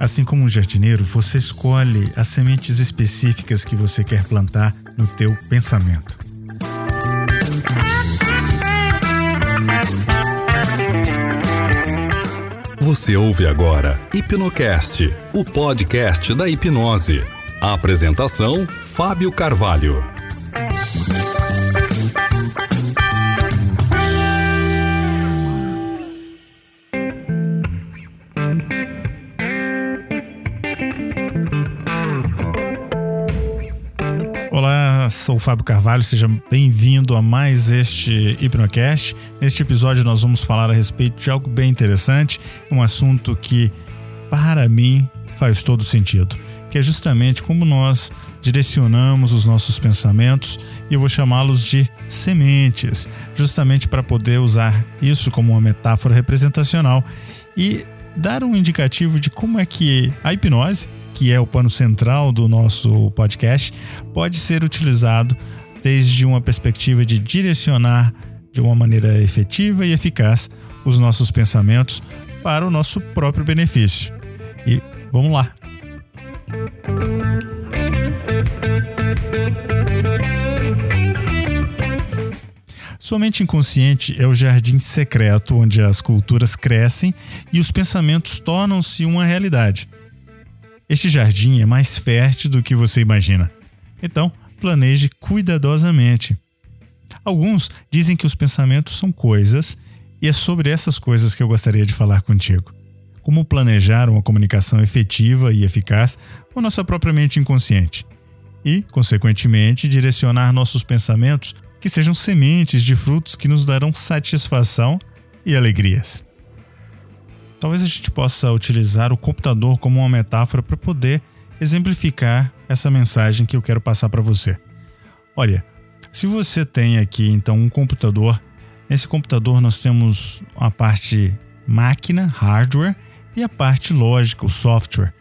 Assim como um jardineiro, você escolhe as sementes específicas que você quer plantar no teu pensamento. Você ouve agora Hipnocast, o podcast da hipnose. A apresentação, Fábio Carvalho. Olá, sou o Fábio Carvalho, seja bem-vindo a mais este Hipnocast. Neste episódio nós vamos falar a respeito de algo bem interessante, um assunto que, para mim, faz todo sentido, que é justamente como nós direcionamos os nossos pensamentos, e eu vou chamá-los de sementes, justamente para poder usar isso como uma metáfora representacional e dar um indicativo de como é que a hipnose, que é o pano central do nosso podcast, pode ser utilizado desde uma perspectiva de direcionar de uma maneira efetiva e eficaz os nossos pensamentos para o nosso próprio benefício. E vamos lá! Sua mente inconsciente é o jardim secreto onde as culturas crescem e os pensamentos tornam-se uma realidade. Este jardim é mais fértil do que você imagina. Então, planeje cuidadosamente. Alguns dizem que os pensamentos são coisas, e é sobre essas coisas que eu gostaria de falar contigo. Como planejar uma comunicação efetiva e eficaz com nossa própria mente inconsciente. E, consequentemente, direcionar nossos pensamentos que sejam sementes de frutos que nos darão satisfação e alegrias. Talvez a gente possa utilizar o computador como uma metáfora para poder exemplificar essa mensagem que eu quero passar para você. Olha, se você tem aqui então um computador, nesse computador nós temos a parte máquina, hardware, e a parte lógica, o software.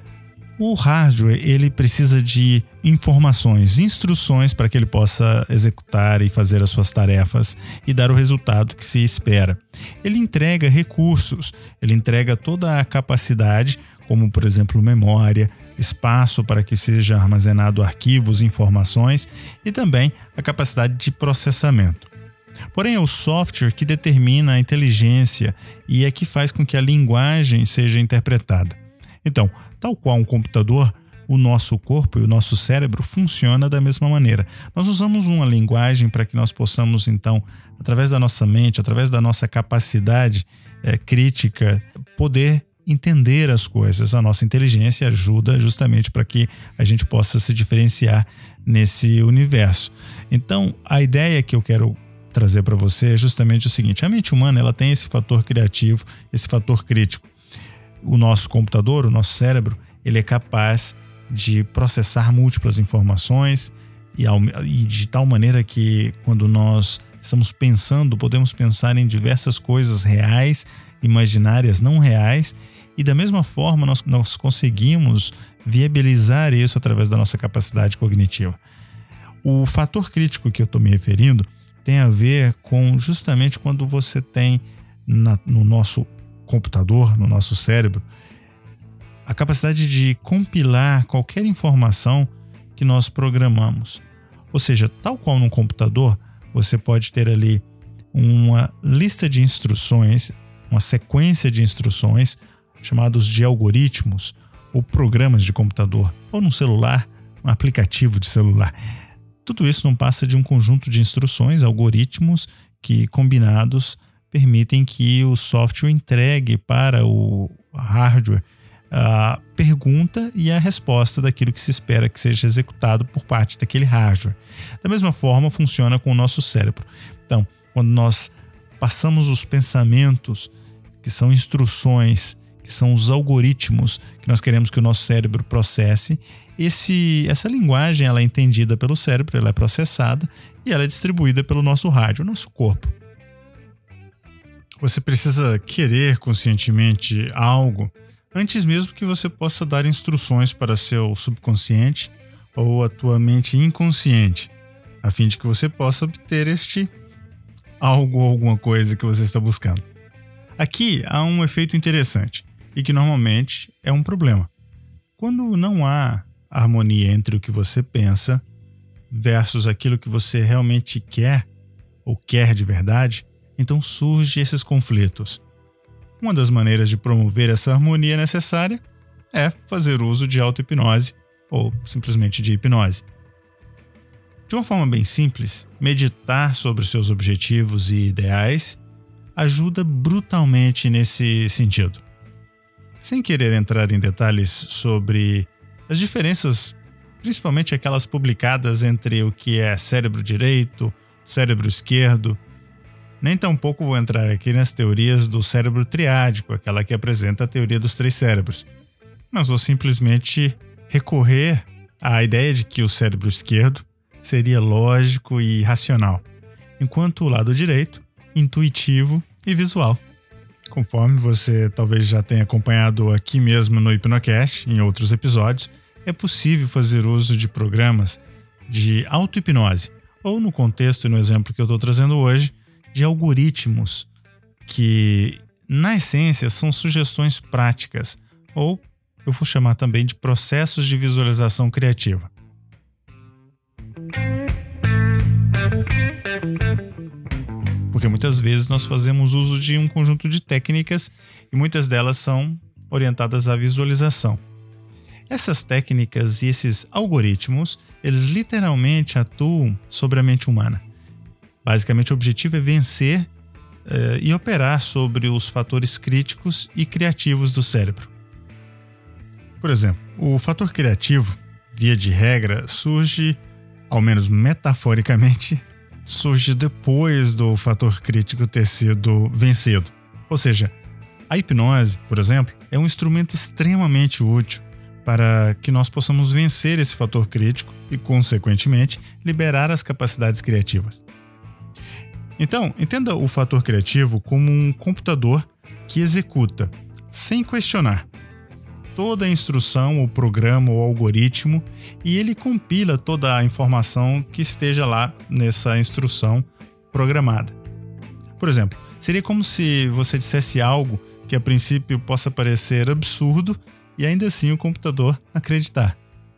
O hardware, ele precisa de informações, instruções para que ele possa executar e fazer as suas tarefas e dar o resultado que se espera. Ele entrega recursos, ele entrega toda a capacidade, como por exemplo memória, espaço para que seja armazenado arquivos, informações e também a capacidade de processamento. Porém, é o software que determina a inteligência e é que faz com que a linguagem seja interpretada. Então, tal qual um computador, o nosso corpo e o nosso cérebro funciona da mesma maneira. Nós usamos uma linguagem para que nós possamos, então, através da nossa mente, através da nossa capacidade crítica, poder entender as coisas. A nossa inteligência ajuda justamente para que a gente possa se diferenciar nesse universo. Então, a ideia que eu quero trazer para você é justamente o seguinte: a mente humana ela tem esse fator criativo, esse fator crítico. O nosso computador, o nosso cérebro, ele é capaz de processar múltiplas informações e de tal maneira que quando nós estamos pensando, podemos pensar em diversas coisas reais, imaginárias, não reais, e da mesma forma nós conseguimos viabilizar isso através da nossa capacidade cognitiva. O fator crítico que eu estou me referindo tem a ver com justamente quando você tem no nosso computador, no nosso cérebro, a capacidade de compilar qualquer informação que nós programamos. Ou seja, tal qual no computador, você pode ter ali uma lista de instruções, uma sequência de instruções, chamados de algoritmos ou programas de computador, ou num celular, um aplicativo de celular. Tudo isso não passa de um conjunto de instruções, algoritmos que, combinados, permitem que o software entregue para o hardware a pergunta e a resposta daquilo que se espera que seja executado por parte daquele hardware. Da mesma forma, funciona com o nosso cérebro. Então, quando nós passamos os pensamentos, que são instruções, que são os algoritmos que nós queremos que o nosso cérebro processe, essa linguagem ela é entendida pelo cérebro, ela é processada e ela é distribuída pelo nosso hardware, o nosso corpo. Você precisa querer conscientemente algo antes mesmo que você possa dar instruções para seu subconsciente ou a tua mente inconsciente, a fim de que você possa obter este algo ou alguma coisa que você está buscando. Aqui há um efeito interessante. e que normalmente é um problema. Quando não há harmonia entre o que você pensa versus aquilo que você realmente quer ou quer de verdade, então surgem esses conflitos. Uma das maneiras de promover essa harmonia necessária é fazer uso de auto-hipnose ou simplesmente de hipnose. De uma forma bem simples, meditar sobre seus objetivos e ideais ajuda brutalmente nesse sentido. Sem querer entrar em detalhes sobre as diferenças, principalmente aquelas publicadas entre o que é cérebro direito, cérebro esquerdo, nem tampouco vou entrar aqui nas teorias do cérebro triádico, aquela que apresenta a teoria dos 3 cérebros, mas vou simplesmente recorrer à ideia de que o cérebro esquerdo seria lógico e racional, enquanto o lado direito, intuitivo e visual. Conforme você talvez já tenha acompanhado aqui mesmo no Hipnocast, em outros episódios, é possível fazer uso de programas de auto-hipnose, ou no contexto e no exemplo que eu estou trazendo hoje, de algoritmos que, na essência, são sugestões práticas, ou eu vou chamar também de processos de visualização criativa. Porque muitas vezes nós fazemos uso de um conjunto de técnicas e muitas delas são orientadas à visualização. Essas técnicas e esses algoritmos, eles literalmente atuam sobre a mente humana. Basicamente, o objetivo é vencer e operar sobre os fatores críticos e criativos do cérebro. Por exemplo, o fator criativo, via de regra, surge, ao menos metaforicamente, surge depois do fator crítico ter sido vencido. Ou seja, a hipnose, por exemplo, é um instrumento extremamente útil para que nós possamos vencer esse fator crítico e, consequentemente, liberar as capacidades criativas. Então, entenda o fator criativo como um computador que executa, sem questionar, toda a instrução, o programa, o algoritmo, e ele compila toda a informação que esteja lá nessa instrução programada. Por exemplo, seria como se você dissesse algo que a princípio possa parecer absurdo e ainda assim o computador acreditar.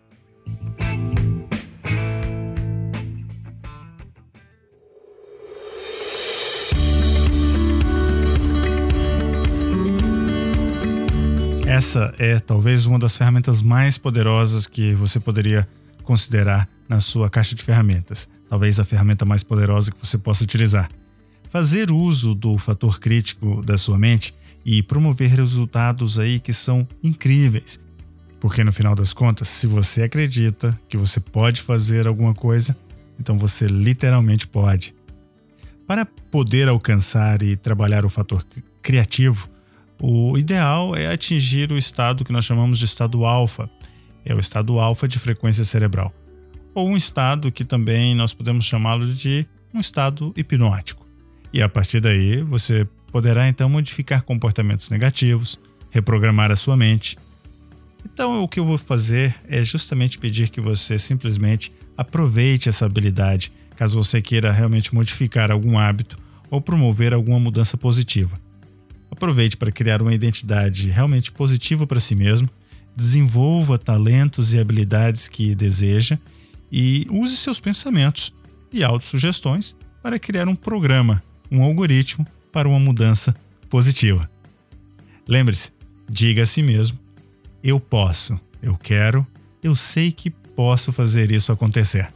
Essa é talvez uma das ferramentas mais poderosas que você poderia considerar na sua caixa de ferramentas. Talvez a ferramenta mais poderosa que você possa utilizar. Fazer uso do fator crítico da sua mente e promover resultados aí que são incríveis. Porque no final das contas, se você acredita que você pode fazer alguma coisa, então você literalmente pode. Para poder alcançar e trabalhar o fator criativo, o ideal é atingir o estado que nós chamamos de estado alfa. É o estado alfa de frequência cerebral. Ou um estado que também nós podemos chamá-lo de um estado hipnótico. E a partir daí, você poderá então modificar comportamentos negativos, reprogramar a sua mente. Então, o que eu vou fazer é justamente pedir que você simplesmente aproveite essa habilidade, caso você queira realmente modificar algum hábito ou promover alguma mudança positiva. Aproveite para criar uma identidade realmente positiva para si mesmo, desenvolva talentos e habilidades que deseja e use seus pensamentos e autossugestões para criar um programa, um algoritmo para uma mudança positiva. Lembre-se, diga a si mesmo: eu posso, eu quero, eu sei que posso fazer isso acontecer.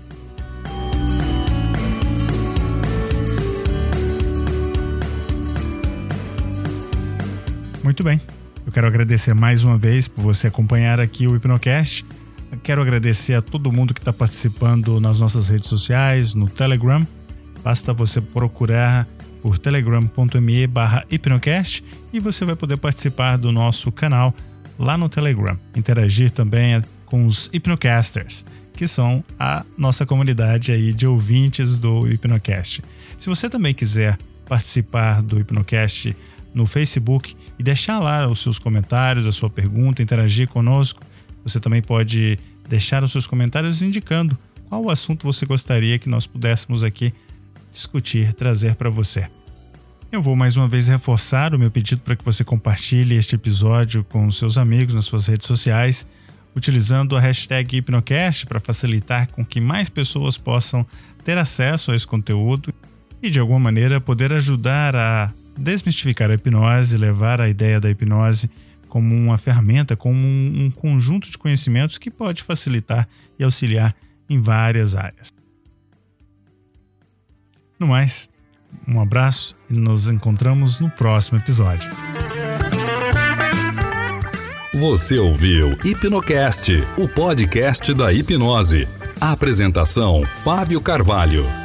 Muito bem, eu quero agradecer mais uma vez por você acompanhar aqui o Hipnocast. Eu quero agradecer a todo mundo que está participando nas nossas redes sociais, no Telegram. Basta você procurar por telegram.me/hipnocast e você vai poder participar do nosso canal lá no Telegram. Interagir também com os Hipnocasters, que são a nossa comunidade aí de ouvintes do Hipnocast. Se você também quiser participar do Hipnocast no Facebook e deixar lá os seus comentários, a sua pergunta, interagir conosco, você também pode deixar os seus comentários indicando qual assunto você gostaria que nós pudéssemos aqui discutir, trazer para você. Eu vou mais uma vez reforçar o meu pedido para que você compartilhe este episódio com seus amigos nas suas redes sociais, utilizando a hashtag Hipnocast para facilitar com que mais pessoas possam ter acesso a esse conteúdo e, de alguma maneira, poder ajudar a desmistificar a hipnose, levar a ideia da hipnose como uma ferramenta, como um conjunto de conhecimentos que pode facilitar e auxiliar em várias áreas. No mais, um abraço e nos encontramos no próximo episódio. Você ouviu Hipnocast, o podcast da hipnose. A apresentação: Fábio Carvalho.